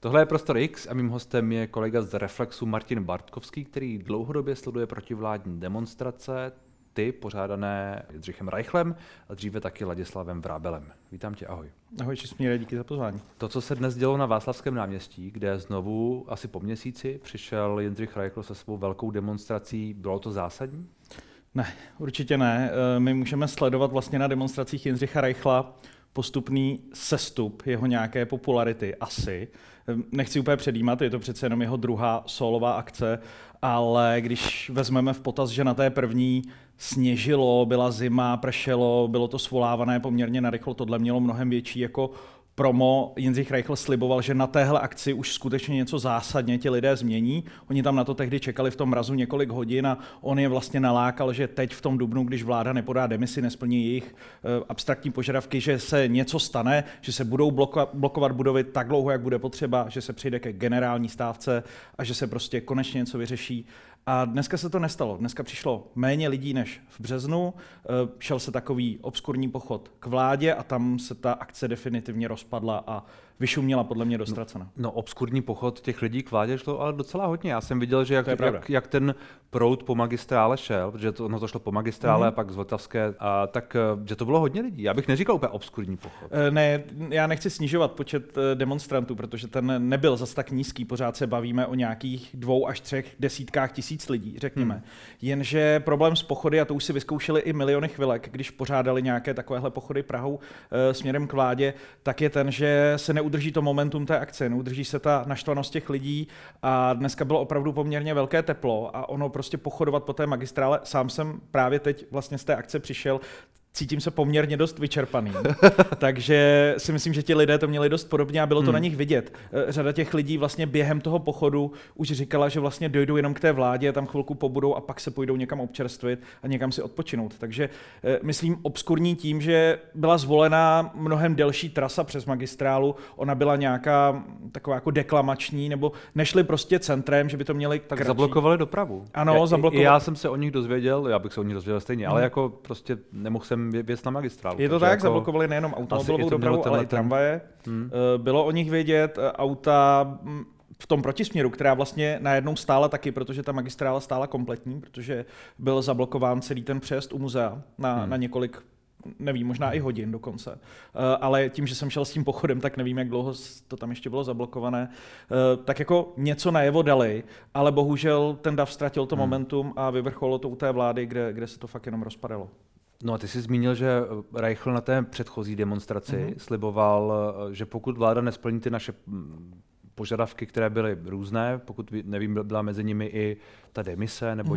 Tohle je Prostor X a mým hostem je kolega z Reflexu Martin Bartkovský, který dlouhodobě sleduje protivládní demonstrace, ty pořádané Jindřichem Reichlem a dříve taky Ladislavem Vrábelem. Vítám tě, ahoj. Ahoj, Česmíre, díky za pozvání. To, co se dnes dělo na Václavském náměstí, kde znovu asi po měsíci přišel Jindřich Reichl se svou velkou demonstrací, bylo to zásadní? Ne, určitě ne. My můžeme sledovat vlastně na demonstracích Jindřicha Reichla postupný sestup jeho nějaké popularity asi. Nechci úplně předjímat, je to přece jenom jeho druhá sólová akce, ale když vezmeme v potaz, že na té první sněžilo, byla zima, pršelo, bylo to svolávané poměrně narychlo, tohle mělo mnohem větší jako promo. Jindřich Reichl sliboval, že na téhle akci už skutečně něco zásadně ti lidé změní. Oni tam na to tehdy čekali v tom mrazu několik hodin a on je vlastně nalákal, že teď v tom dubnu, když vláda nepodá demisi, nesplní jejich abstraktní požadavky, že se něco stane, že se budou blokovat budovy tak dlouho, jak bude potřeba, že se přijde ke generální stávce a že se prostě konečně něco vyřeší. A dneska se to nestalo. Dneska přišlo méně lidí než v březnu, šel se takový obskurní pochod k vládě a tam se ta akce definitivně rozpadla a vyšuměla podle mě dostracena. No, obskurní pochod těch lidí k vládě šlo ale docela hodně. Já jsem viděl, že jak ten proud po magistrále šel, protože to šlo po magistrále a pak z Vltavské, tak že to bylo hodně lidí. Já bych neříkal úplně obskurní pochod. Ne, já nechci snižovat počet demonstrantů, protože ten nebyl zas tak nízký. Pořád se bavíme o nějakých 2 až 3 desítkách tisíc lidí, řekněme. Jenže problém s pochody, a to už si vyzkoušeli i miliony chvilek, když pořádali nějaké takovéhle pochody Prahou směrem k vládě, tak je ten, že se neudrží to momentum té akce, neudrží se ta naštvanost těch lidí a dneska bylo opravdu poměrně velké teplo a ono prostě pochodovat po té magistrále, sám jsem právě teď vlastně z té akce přišel, cítím se poměrně dost vyčerpaný. Takže si myslím, že ti lidé to měli dost podobně a bylo to na nich vidět. Řada těch lidí vlastně během toho pochodu už říkala, že vlastně dojdou jenom k té vládě, tam chvilku pobudou a pak se půjdou někam občerstvit a někam si odpočinout. Takže myslím obskurní tím, že byla zvolena mnohem delší trasa přes magistrálu, ona byla nějaká taková jako deklamační, nebo nešli prostě centrem, že by to měli tak zablokovali dopravu. Ano, zablokovali. Já jsem se o nich dozvěděl, já bych se o nich dozvěděl stejně, ale jako prostě nemohl jsem věc na magistrálu. Je to tak, jako zablokovali nejenom automobilovou dopravu, ale i tramvaje. Bylo o nich vědět, auta v tom protisměru, která vlastně najednou stála taky, protože ta magistrála stála kompletní, protože byl zablokován celý ten přejezd u muzea na několik, nevím, možná i hodin dokonce. Ale tím, že jsem šel s tím pochodem, tak nevím, jak dlouho to tam ještě bylo zablokované. Tak jako něco najevo dali, ale bohužel ten dav ztratil to momentum a vyvrcholilo to u té vlády, kde se to fakt jenom rozpadalo. No a ty jsi zmínil, že Reichl na té předchozí demonstraci sliboval, že pokud vláda nesplní ty naše požadavky, které byly různé, pokud nevím, byla mezi nimi i ta demise nebo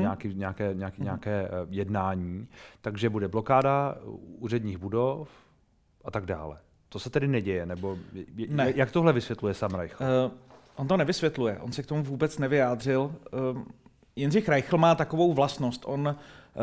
nějaké jednání, takže bude blokáda úředních budov a tak dále. To se tedy neděje, nebo ne. Jak tohle vysvětluje sám Reichl? On to nevysvětluje, on se k tomu vůbec nevyjádřil. Jindřich Reichl má takovou vlastnost, on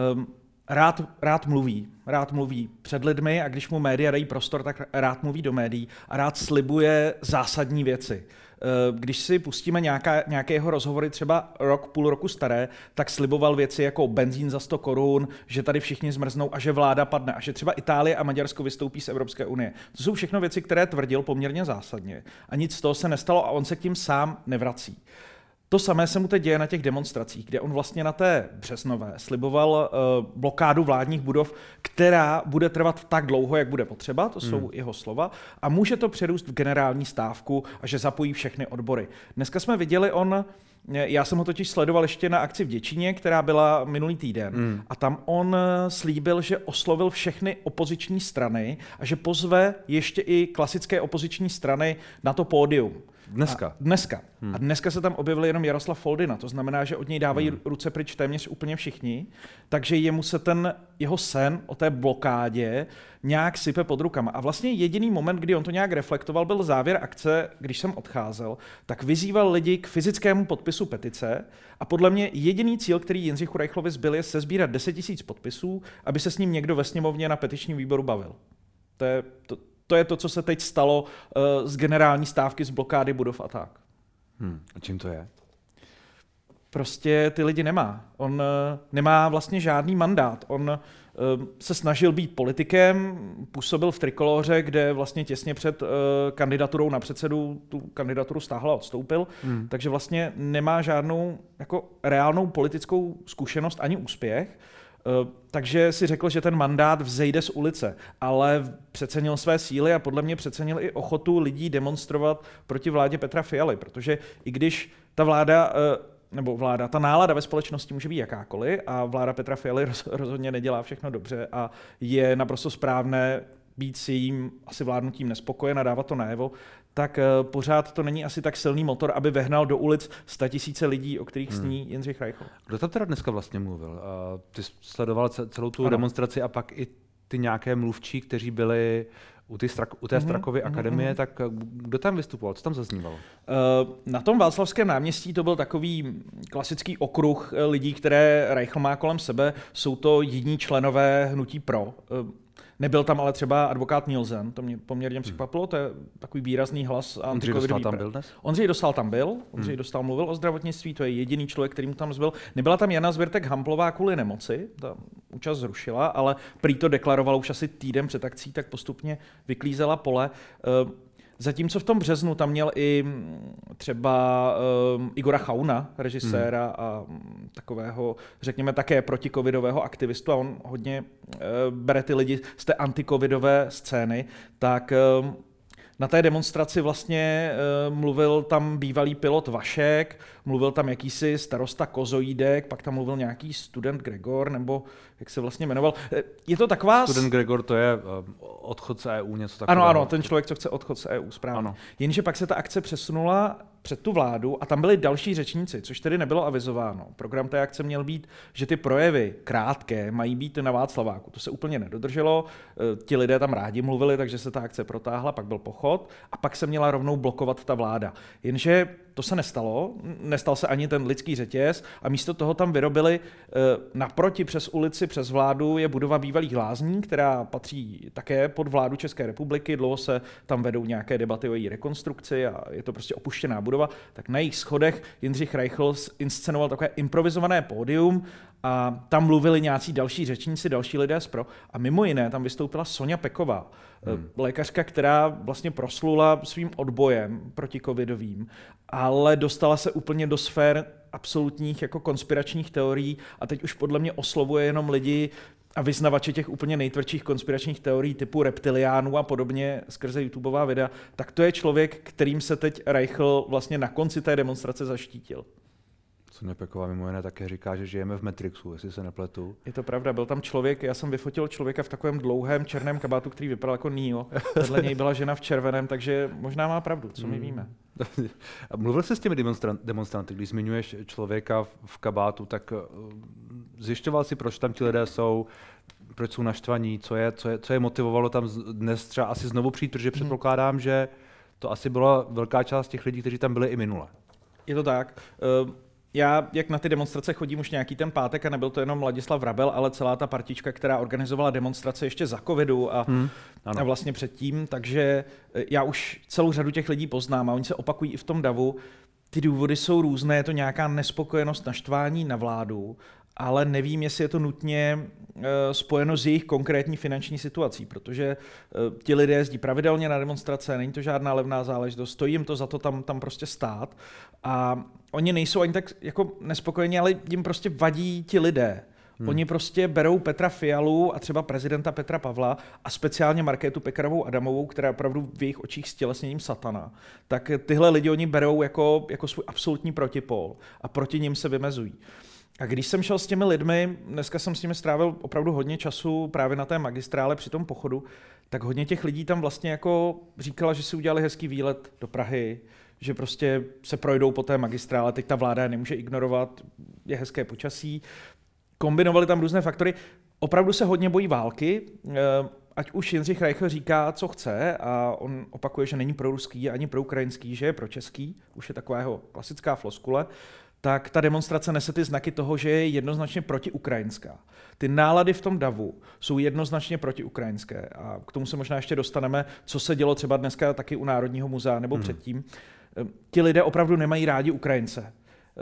rád mluví před lidmi a když mu média dají prostor, tak rád mluví do médií a rád slibuje zásadní věci. Když si pustíme nějaké jeho rozhovory, třeba půl roku staré, tak sliboval věci jako benzín za 100 korun, že tady všichni zmrznou a že vláda padne a že třeba Itálie a Maďarsko vystoupí z Evropské unie. To jsou všechno věci, které tvrdil poměrně zásadně a nic z toho se nestalo a on se k tím sám nevrací. To samé se mu teď děje na těch demonstracích, kde on vlastně na té březnové sliboval blokádu vládních budov, která bude trvat tak dlouho, jak bude potřeba, to jsou jeho slova, a může to přerůst v generální stávku a že zapojí všechny odbory. Dneska jsme viděli já jsem ho totiž sledoval ještě na akci v Děčíně, která byla minulý týden. A tam on slíbil, že oslovil všechny opoziční strany a že pozve ještě i klasické opoziční strany na to pódium. Dneska. A dneska se tam objevil jenom Jaroslav Foldyna, to znamená, že od něj dávají ruce pryč téměř úplně všichni, takže jemu se ten jeho sen o té blokádě nějak sype pod rukama. A vlastně jediný moment, kdy on to nějak reflektoval, byl závěr akce, když jsem odcházel, tak vyzýval lidi k fyzickému podpisu petice a podle mě jediný cíl, který Jindřichu Reichlovi zbyl, je sesbírat 10 000 podpisů, aby se s ním někdo ve sněmovně na petičním výboru bavil. To je to, co se teď stalo z generální stávky, z blokády budov a tak. A čím to je? prostě ty lidi nemá. On nemá vlastně žádný mandát. On se snažil být politikem, působil v Trikolóře, kde vlastně těsně před kandidaturou na předsedu tu kandidaturu stáhl a odstoupil, takže vlastně nemá žádnou jako reálnou politickou zkušenost ani úspěch. Takže si řekl, že ten mandát vzejde z ulice, ale přecenil své síly a podle mě přecenil i ochotu lidí demonstrovat proti vládě Petra Fialy, protože i když ta ta nálada ve společnosti může být jakákoliv a vláda Petra Fialy rozhodně nedělá všechno dobře a je naprosto správné být s jejím asi vládnutím nespokojen a dávat to najevo, tak pořád to není asi tak silný motor, aby vehnal do ulic 100 000 lidí, o kterých sní Jindřich Reichl. Kdo tam teda dneska vlastně mluvil? Ty sledoval celou tu demonstraci a pak i ty nějaké mluvčí, kteří byli u té Strakovy akademie, tak kdo tam vystupoval? Co tam zaznívalo? Na tom Václavském náměstí to byl takový klasický okruh lidí, které Reichl má kolem sebe. Jsou to jiní členové hnutí Pro. Nebyl tam ale třeba advokát Nielsen, to mě poměrně překvapilo, to je takový výrazný hlas antikovidový. Ondřej Dostál tam byl dnes? Ondřej Dostál tam byl, Ondřej Dostál mluvil o zdravotnictví, to je jediný člověk, který mu tam zbyl. Nebyla tam Jana Zwirtek-Hamplová kvůli nemoci, ta účast zrušila, ale prý to deklarovala už asi týden před akcí, tak postupně vyklízela pole. Zatímco v tom březnu tam měl i třeba Igora Chauna, režiséra a takového, řekněme, také protikovidového aktivistu a on hodně bere ty lidi z té antikovidové scény, tak na té demonstraci vlastně mluvil tam bývalý pilot Vašek, mluvil tam jakýsi starosta Kozoídek, pak tam mluvil nějaký student Gregor, nebo jak se vlastně jmenoval. Je to taková... Student Gregor, to je odchod z EU, něco takového. Ano, ten člověk, co chce odchod z EU, správně. Ano. Jenže pak se ta akce přesunula před tu vládu a tam byli další řečníci, což tedy nebylo avizováno. Program té akce měl být, že ty projevy krátké mají být na Václaváku. To se úplně nedodrželo, ti lidé tam rádi mluvili, takže se ta akce protáhla, pak byl pochod a pak se měla rovnou blokovat ta vláda. Jenže to se nestalo, nestal se ani ten lidský řetěz a místo toho tam vyrobili naproti přes ulici, přes vládu je budova bývalých lázní, která patří také pod vládu České republiky, dlouho se tam vedou nějaké debaty o její rekonstrukci a je to prostě opuštěná budova, tak na jejich schodech Jindřich Reichl inscenoval takové improvizované pódium a tam mluvili nějací další řečníci, další lidé z Pro a mimo jiné tam vystoupila Soňa Peková, lékařka, která vlastně proslula svým odbojem protikovidovým, ale dostala se úplně do sfér absolutních jako konspiračních teorií a teď už podle mě oslovuje jenom lidi a vyznavače těch úplně nejtvrdších konspiračních teorií typu reptiliánů a podobně skrze YouTubeová videa, tak to je člověk, kterým se teď Reichl vlastně na konci té demonstrace zaštítil. Soňa Peková mimo jiné také říká, že žijeme v Matrixu, jestli se nepletu. Je to pravda, byl tam člověk, já jsem vyfotil člověka v takovém dlouhém černém kabátu, který vypadal jako Neo. Vedle něj byla žena v červeném, takže možná má pravdu, co my víme. A mluvil jsi s těmi demonstranty, když zmiňuješ člověka v kabátu, tak zjišťoval si, proč tam ti lidé jsou, proč jsou naštvaní, co je motivovalo tam dnes třeba asi znovu přijít, protože předpokládám, že to asi byla velká část těch lidí, kteří tam byli i minule. Je to tak. Já, jak na ty demonstrace chodím už nějaký ten pátek a nebyl to jenom Ladislav Vrabel, ale celá ta partička, která organizovala demonstrace ještě za covidu a vlastně předtím, takže já už celou řadu těch lidí poznám a oni se opakují i v tom davu. Ty důvody jsou různé, je to nějaká nespokojenost, naštvání na vládu, ale nevím, jestli je to nutně spojeno s jejich konkrétní finanční situací, protože ti lidé jezdí pravidelně na demonstrace, není to žádná levná záležitost, stojí jim to za to tam prostě stát a oni nejsou ani tak jako nespokojení, ale jim prostě vadí ti lidé. Oni prostě berou Petra Fialu a třeba prezidenta Petra Pavla a speciálně Markétu Pekarovou Adamovou, která je opravdu v jejich očích stělesněním satana, tak tyhle lidi oni berou jako svůj absolutní protipol a proti nim se vymezují. A když jsem šel s těmi lidmi, dneska jsem s nimi strávil opravdu hodně času právě na té magistrále při tom pochodu, tak hodně těch lidí tam vlastně jako říkala, že si udělali hezký výlet do Prahy, že prostě se projdou po té magistrále, teď ta vláda nemůže ignorovat, je hezké počasí. Kombinovali tam různé faktory. Opravdu se hodně bojí války, ať už Jindřich Reichl říká, co chce a on opakuje, že není proruský ani proukrajinský, že je pročeský, už je taková jeho klasická floskule, tak ta demonstrace nese ty znaky toho, že je jednoznačně protiukrajinská. Ty nálady v tom davu jsou jednoznačně protiukrajinské a k tomu se možná ještě dostaneme, co se dělo třeba dneska taky u Národního muzea nebo předtím. Ti lidé opravdu nemají rádi Ukrajince.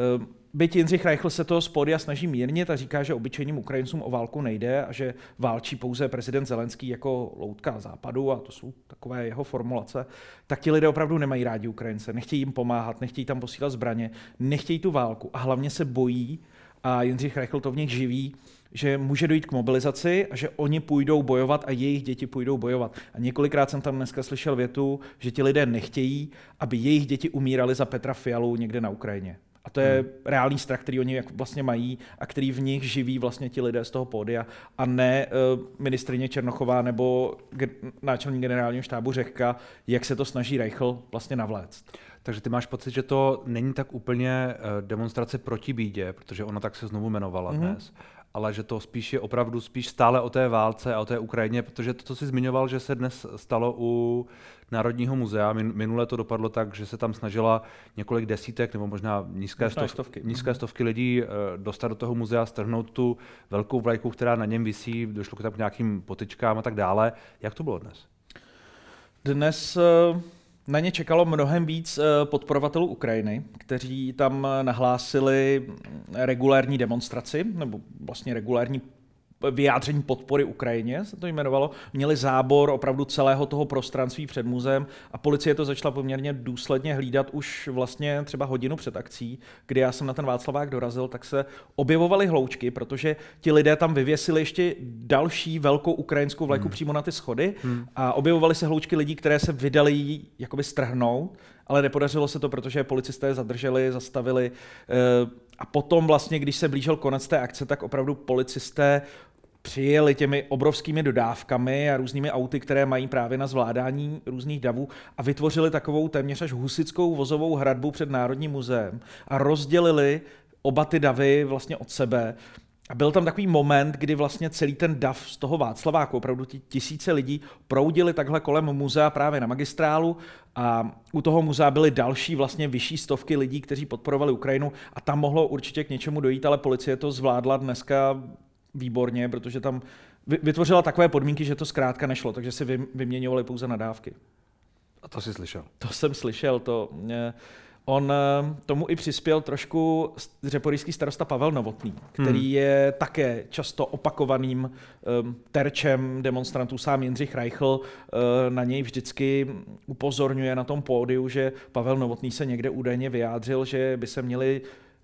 Byť Jindřich Reichl se to z pódia snaží mírnit a říká, že obyčejným Ukrajincům o válku nejde a že válčí pouze prezident Zelenský jako loutka západu, a to jsou takové jeho formulace, tak ti lidé opravdu nemají rádi Ukrajince, nechtějí jim pomáhat, nechtějí tam posílat zbraně, nechtějí tu válku a hlavně se bojí, a Jindřich Reichl to v nich živí, že může dojít k mobilizaci a že oni půjdou bojovat a jejich děti půjdou bojovat. A několikrát jsem tam dneska slyšel větu, že ti lidé nechtějí, aby jejich děti umírali za Petra Fialu někde na Ukrajině. A to je reálný strach, který oni vlastně mají a který v nich živí vlastně ti lidé z toho pódia a ne ministryně Černochová nebo náčelník generálního štábu Řehka, jak se to snaží Reichl vlastně navléct. Takže ty máš pocit, že to není tak úplně demonstrace proti bídě, protože ona tak se znovu jmenovala dnes, ale že to spíš je opravdu spíš stále o té válce a o té Ukrajině, protože to, co jsi zmiňoval, že se dnes stalo u Národního muzea, minule to dopadlo tak, že se tam snažila několik desítek nebo možná nízké stovky lidí dostat do toho muzea, strhnout tu velkou vlajku, která na něm visí, došlo tam k nějakým potyčkám a tak dále. Jak to bylo dnes? Dnes na ně čekalo mnohem víc podporovatelů Ukrajiny, kteří tam nahlásili regulérní demonstraci, nebo vlastně regulérní vyjádření podpory Ukrajině, se to jmenovalo. Měli zábor opravdu celého toho prostranství před muzeem a policie to začala poměrně důsledně hlídat už vlastně třeba hodinu před akcí, kdy já jsem na ten Václavák dorazil, tak se objevovaly hloučky, protože ti lidé tam vyvěsili ještě další velkou ukrajinskou vlajku přímo na ty schody a objevovaly se hloučky lidí, které se vydali jakoby strhnout, ale nepodařilo se to, protože policisté zadrželi, zastavili a potom vlastně, když se blížil konec té akce, tak opravdu policisté přijeli těmi obrovskými dodávkami a různými auty, které mají právě na zvládání různých davů a vytvořili takovou téměř až husitskou vozovou hradbu před Národním muzeem a rozdělili oba ty davy vlastně od sebe. A byl tam takový moment, kdy vlastně celý ten dav z toho Václaváku, opravdu tisíce lidí proudili takhle kolem muzea právě na magistrálu a u toho muzea byly další vlastně vyšší stovky lidí, kteří podporovali Ukrajinu a tam mohlo určitě k něčemu dojít, ale policie to zvládla dneska výborně, protože tam vytvořila takové podmínky, že to zkrátka nešlo, takže si vyměňovali pouze nadávky. A to jsi slyšel? To jsem slyšel, On tomu i přispěl trošku řeporyjský starosta Pavel Novotný, který je také často opakovaným terčem demonstrantů. Sám Jindřich Reichl na něj vždycky upozorňuje na tom pódiu, že Pavel Novotný se někde údajně vyjádřil, že by se měly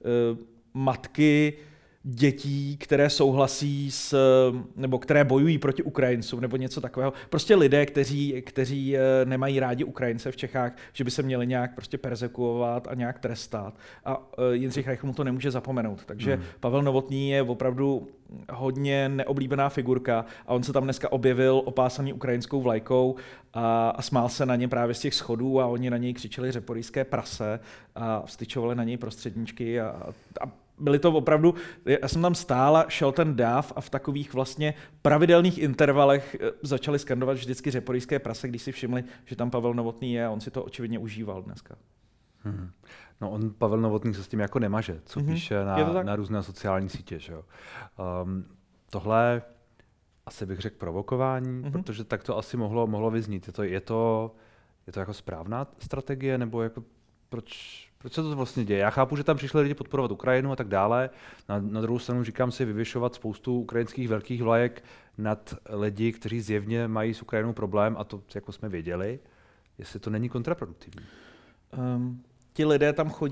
matky dětí, které souhlasí nebo které bojují proti Ukrajincům, nebo něco takového. Prostě lidé, kteří nemají rádi Ukrajince v Čechách, že by se měli nějak prostě perzekuovat a nějak trestat. A Jindřich Reichl mu to nemůže zapomenout. Takže Pavel Novotný je opravdu hodně neoblíbená figurka a on se tam dneska objevil opásaný ukrajinskou vlajkou a smál se na ně právě z těch schodů a oni na něj křičeli řeporyjské prase a vstyčovali na něj prostředníčky a byli to opravdu, já jsem tam stál a šel ten dáv a v takových vlastně pravidelných intervalech začali skandovat vždycky řeporyjské prase, když si všimli, že tam Pavel Novotný je a on si to očividně užíval dneska. No on, Pavel Novotný, se s tím jako nemaže, co píše na různé sociální sítě. Že jo? Tohle asi bych řekl provokování, protože tak to asi mohlo vyznít. Je to jako správná strategie, nebo jako proč se to vlastně děje? Já chápu, že tam přišli lidi podporovat Ukrajinu a tak dále. Na druhou stranu říkám si vyvěšovat spoustu ukrajinských velkých vlajek nad lidi, kteří zjevně mají s Ukrajinou problém a to jako jsme věděli, jestli to není kontraproduktivní. Ti lidé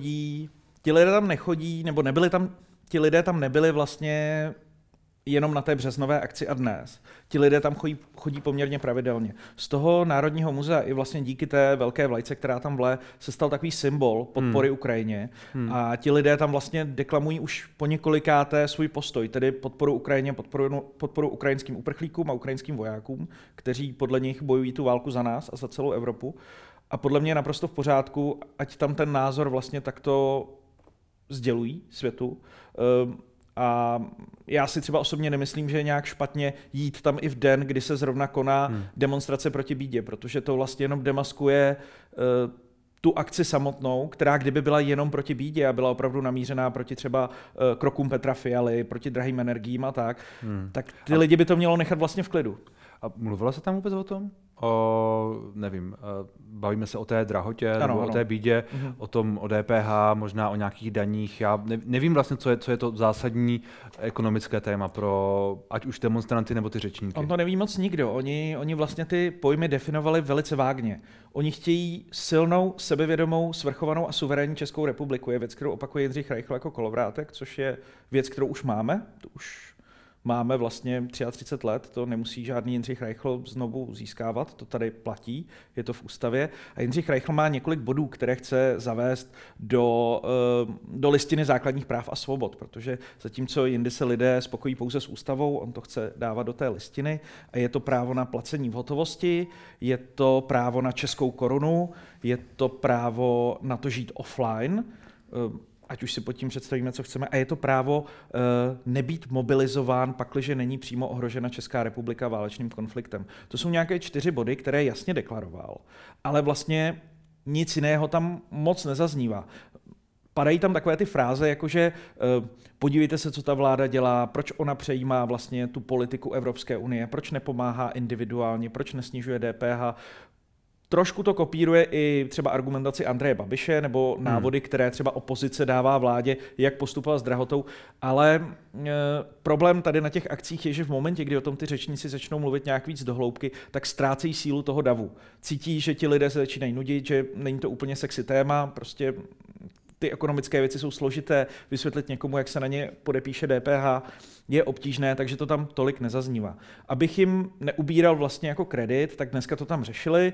tam nechodí, nebo ti lidé tam nebyli vlastně jenom na té březnové akci a dnes. Ti lidé tam chodí poměrně pravidelně. Z toho Národního muzea i vlastně díky té velké vlajce, která tam vle, se stal takový symbol podpory Ukrajině. A ti lidé tam vlastně deklamují už po několikáté svůj postoj, tedy podporu Ukrajině, podporu ukrajinským uprchlíkům a ukrajinským vojákům, kteří podle nich bojují tu válku za nás a za celou Evropu. A podle mě je naprosto v pořádku, ať tam ten názor vlastně takto sdělují světu. A já si třeba osobně nemyslím, že je nějak špatně jít tam i v den, kdy se zrovna koná demonstrace proti bídě, protože to vlastně jenom demaskuje tu akci samotnou, která kdyby byla jenom proti bídě a byla opravdu namířená proti třeba krokům Petra Fialy, proti drahým energiím a tak ty lidi by to mělo nechat vlastně v klidu. A mluvilo se tam vůbec o tom? nevím, bavíme se o té drahotě nebo o té bídě, o DPH, možná o nějakých daních. Já nevím vlastně, co je to zásadní ekonomické téma pro ať už demonstranty nebo ty řečníky. On to neví moc nikdo. Oni vlastně ty pojmy definovali velice vágně. Oni chtějí silnou, sebevědomou, svrchovanou a suverénní Českou republiku. Je věc, kterou opakuje Jindřich Reichl jako kolovrátek, což je věc, kterou už máme. To už máme vlastně 33 let, to nemusí žádný Jindřich Reichl znovu získávat, to tady platí, je to v ústavě. A Jindřich Reichl má několik bodů, které chce zavést do listiny základních práv a svobod, protože zatímco jindy se lidé spokojí pouze s ústavou, on to chce dávat do té listiny a je to právo na placení v hotovosti, je to právo na českou korunu, je to právo na to žít offline, ať už si pod tím představíme, co chceme, a je to právo nebýt mobilizován, pakliže není přímo ohrožena Česká republika válečným konfliktem. To jsou nějaké 4 body, které jasně deklaroval, ale vlastně nic jiného tam moc nezaznívá. Padají tam takové ty fráze, jakože podívejte se, co ta vláda dělá, proč ona přejímá vlastně tu politiku Evropské unie, proč nepomáhá individuálně, proč nesnižuje DPH. Trošku to kopíruje i třeba argumentaci Andreje Babiše nebo návody, které třeba opozice dává vládě, jak postupovat s drahotou, ale problém tady na těch akcích je, že v momentě, kdy o tom ty řečníci začnou mluvit nějak víc do hloubky, tak ztrácejí sílu toho davu. Cítí, že ti lidé se začínají nudit, že není to úplně sexy téma, prostě ty ekonomické věci jsou složité, vysvětlit někomu, jak se na ně podepíše DPH, je obtížné, takže to tam tolik nezaznívá. Abych jim neubíral vlastně jako kredit, tak dneska to tam řešili.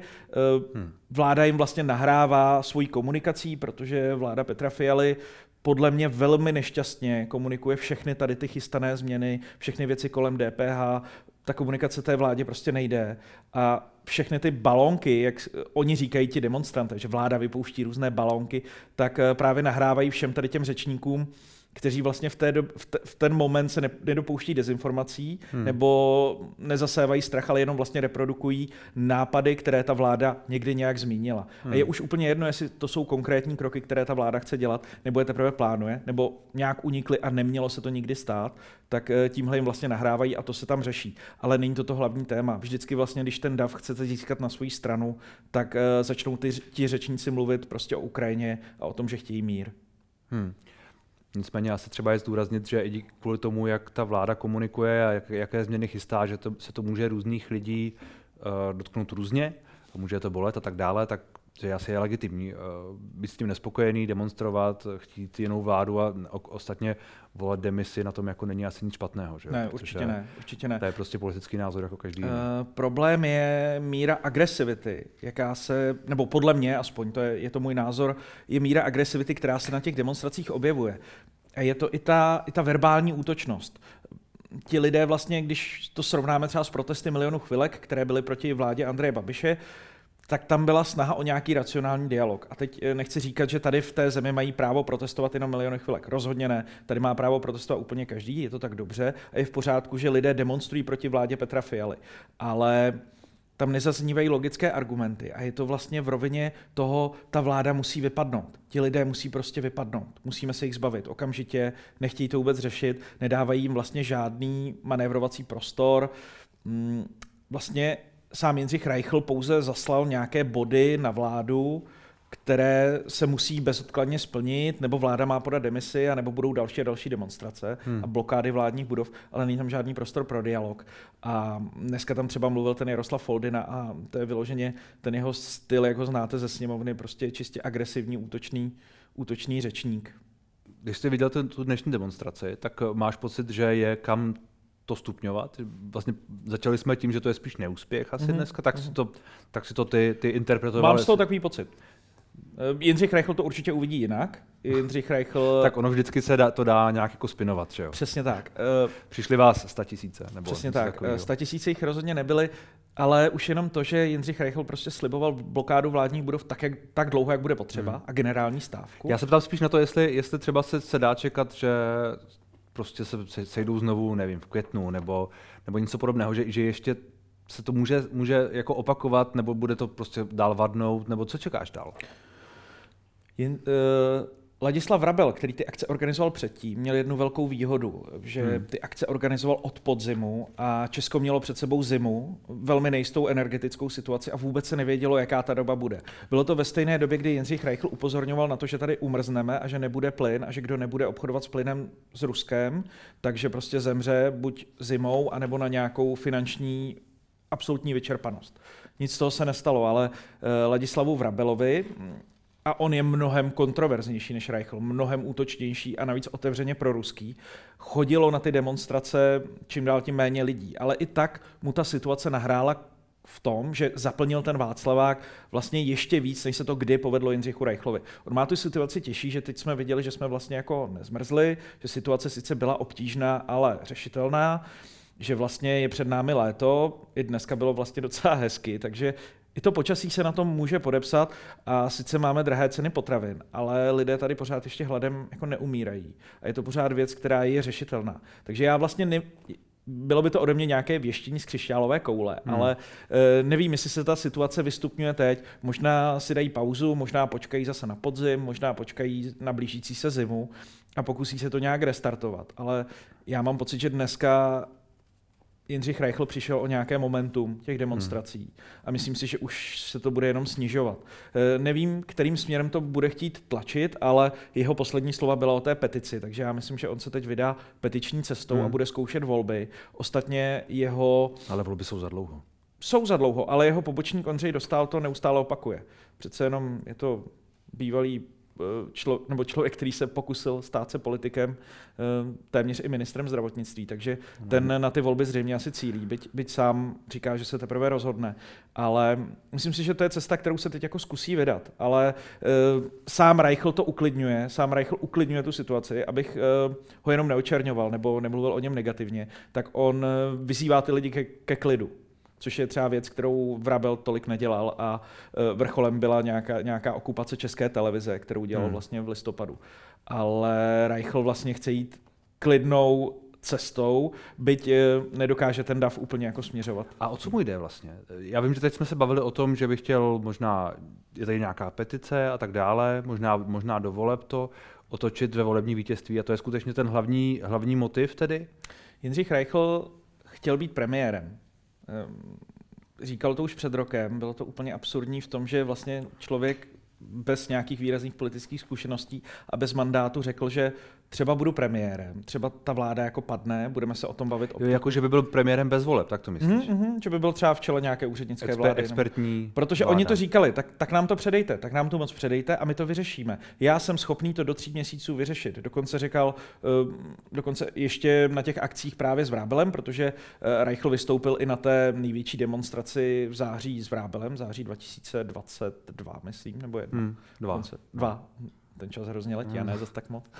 Vláda jim vlastně nahrává svojí komunikací, protože vláda Petra Fialy podle mě velmi nešťastně komunikuje všechny tady ty chystané změny, všechny věci kolem DPH. Ta komunikace té vládě prostě nejde. A všechny ty balónky, jak oni říkají ti demonstranti, že vláda vypouští různé balónky, tak právě nahrávají všem tady těm řečníkům, kteří vlastně v ten moment se nedopouští dezinformací nebo nezasévají strach, ale jenom vlastně reprodukují nápady, které ta vláda někdy nějak zmínila. A je už úplně jedno, jestli to jsou konkrétní kroky, které ta vláda chce dělat, nebo je teprve plánuje, nebo nějak unikly a nemělo se to nikdy stát, tak tímhle jim vlastně nahrávají a to se tam řeší. Ale není to hlavní téma. Vždycky vlastně, když ten dav chcete získat na svou stranu, tak začnou ti řečníci mluvit prostě o Ukrajině a o tom, že chtějí mír. Nicméně asi třeba je zdůraznit, že i kvůli tomu, jak ta vláda komunikuje a jaké změny chystá, že se to může různých lidí dotknout různě, může to bolet a tak dále, tak že asi je legitimní být s tím nespokojený, demonstrovat, chtít jinou vládu a ostatně volat demisi na tom jako není asi nic špatného. Že? Ne, určitě ne. To je prostě politický názor jako každý jiný. Problém je míra agresivity, nebo podle mě aspoň, je to můj názor, je míra agresivity, která se na těch demonstracích objevuje. A je to i ta verbální útočnost. Ti lidé vlastně, když to srovnáme třeba s protesty Milionu chvilek, které byly proti vládě Andreje Babiše, tak tam byla snaha o nějaký racionální dialog. A teď nechci říkat, že tady v té zemi mají právo protestovat jenom Miliony chvilek. Rozhodně ne. Tady má právo protestovat úplně každý, je to tak dobře a je v pořádku, že lidé demonstrují proti vládě Petra Fialy. Ale tam nezaznívají logické argumenty a je to vlastně v rovině toho, ta vláda musí vypadnout. Ti lidé musí prostě vypadnout. Musíme se jich zbavit okamžitě, nechtějí to vůbec řešit, nedávají jim vlastně žádný manévrovací prostor. Vlastně sám Jindřich Reichl pouze zaslal nějaké body na vládu, které se musí bezodkladně splnit, nebo vláda má podat demisi, nebo budou další a další demonstrace a blokády vládních budov, ale není tam žádný prostor pro dialog. A dneska tam třeba mluvil ten Jaroslav Foldyna a to je vyloženě ten jeho styl, jak ho znáte ze sněmovny, prostě čistě agresivní, útočný řečník. Když jsi viděl tu dnešní demonstraci, tak máš pocit, že je kam to stupňovat? Vlastně začali jsme tím, že to je spíš neúspěch asi dneska, tak si to ty interpretoval. Mám z toho takový pocit. Jindřich Reichl to určitě uvidí jinak. Jindřich Reichl... Tak ono vždycky se to dá nějak jako spinovat, že jo? Přesně tak. Přišli vás 100 000? Nebo přesně tak. 100 000 jich rozhodně nebyly, ale už jenom to, že Jindřich Reichl prostě sliboval blokádu vládních budov tak dlouho, jak bude potřeba a generální stávku. Já se ptám spíš na to, jestli třeba se dá čekat, že prostě se sejdou znovu, nevím, v květnu nebo něco podobného, že ještě se to může jako opakovat, nebo bude to prostě dál vadnout, nebo co čekáš dál? Ladislav Vrabel, který ty akce organizoval předtím, měl jednu velkou výhodu, že ty akce organizoval od podzimu a Česko mělo před sebou zimu, velmi nejistou energetickou situaci a vůbec se nevědělo, jaká ta doba bude. Bylo to ve stejné době, kdy Jindřich Reichl upozorňoval na to, že tady umrzneme a že nebude plyn a že kdo nebude obchodovat s plynem s Ruskem, takže prostě zemře buď zimou, anebo na nějakou finanční absolutní vyčerpanost. Nic z toho se nestalo, ale Ladislavu Vrabelovi, a on je mnohem kontroverznější než Reichl, mnohem útočnější a navíc otevřeně proruský, chodilo na ty demonstrace čím dál tím méně lidí. Ale i tak mu ta situace nahrála v tom, že zaplnil ten Václavák vlastně ještě víc, než se to kdy povedlo Jindřichu Reichlovi. On má tu situaci těžší, že teď jsme viděli, že jsme vlastně jako nezmrzli, že situace sice byla obtížná, ale řešitelná, že vlastně je před námi léto, i dneska bylo vlastně docela hezky, takže i to počasí se na tom může podepsat a sice máme drahé ceny potravin, ale lidé tady pořád ještě hladem jako neumírají. A je to pořád věc, která je řešitelná. Takže já vlastně bylo by to ode mě nějaké věštění z křišťálové koule, ale nevím, jestli se ta situace vystupňuje teď. Možná si dají pauzu, možná počkají zase na podzim, možná počkají na blížící se zimu a pokusí se to nějak restartovat. Ale já mám pocit, že dneska Jindřich Reichl přišel o nějaké momentum těch demonstrací a myslím si, že už se to bude jenom snižovat. Nevím, kterým směrem to bude chtít tlačit, ale jeho poslední slova byla o té petici, takže já myslím, že on se teď vydá petiční cestou a bude zkoušet volby. Ostatně jeho... Ale volby jsou za dlouho. Jsou za dlouho, ale jeho Ondřej Dostál to neustále opakuje. Přece jenom je to bývalý člověk, který se pokusil stát se politikem, téměř i ministrem zdravotnictví, takže ten na ty volby zřejmě asi cílí, byť sám říká, že se teprve rozhodne. Ale myslím si, že to je cesta, kterou se teď jako zkusí vydat. Ale sám Reichl to uklidňuje, tu situaci, abych ho jenom neočerňoval nebo nemluvil o něm negativně, tak on vyzývá ty lidi ke klidu. Což je třeba věc, kterou Vrabel tolik nedělal a vrcholem byla nějaká okupace České televize, kterou dělal vlastně v listopadu. Ale Reichl vlastně chce jít klidnou cestou, byť nedokáže ten dav úplně jako směřovat. A o co mu jde vlastně? Já vím, že teď jsme se bavili o tom, že bych chtěl možná, je tady nějaká petice a tak dále, možná do voleb to otočit ve volební vítězství a to je skutečně ten hlavní motiv tedy? Jindřich Reichl chtěl být premiérem. Říkal to už před rokem, bylo to úplně absurdní v tom, že vlastně člověk bez nějakých výrazných politických zkušeností a bez mandátu řekl, že třeba budu premiérem, třeba ta vláda jako padne, budeme se o tom bavit. Jako, že by byl premiérem bez voleb, tak to myslíš? Že by byl třeba v čele nějaké úřednické vlády. Expertní protože vláda. Oni to říkali, tak nám to předejte, tak nám tu moc předejte a my to vyřešíme. Já jsem schopný to do 3 měsíců vyřešit. Dokonce ještě na těch akcích právě s Vrabelem, protože Reichl vystoupil i na té největší demonstraci v září s Vrabelem, září 2022, myslím, nebo 2. Ten čas hrozně letí a ne zase tak moc.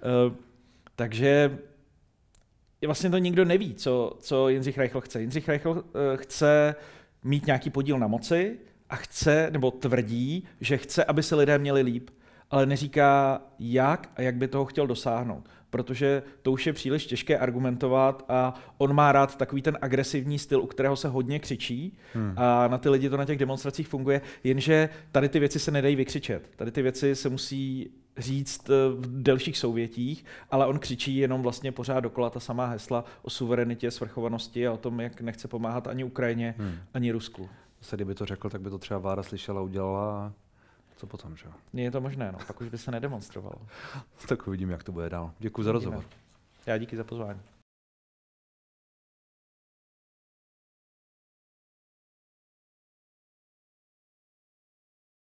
Takže vlastně to nikdo neví, co Jindřich Reichl chce. Jindřich Reichl chce mít nějaký podíl na moci a tvrdí, že chce, aby se lidé měli líp, ale neříká jak a jak by toho chtěl dosáhnout. Protože to už je příliš těžké argumentovat a on má rád takový ten agresivní styl, u kterého se hodně křičí a na ty lidi to na těch demonstracích funguje, jenže tady ty věci se nedají vykřičet. Tady ty věci se musí říct v delších souvětích, ale on křičí jenom vlastně pořád dokola ta samá hesla o suverenitě, svrchovanosti a o tom, jak nechce pomáhat ani Ukrajině, ani Rusku. Zase kdyby to řekl, tak by to třeba vláda slyšela, udělala. Co potom, že? Je to možné, pak už by se nedemonstrovalo. Tak uvidím, jak to bude dál. Děkuji za rozhovor. Já díky za pozvání.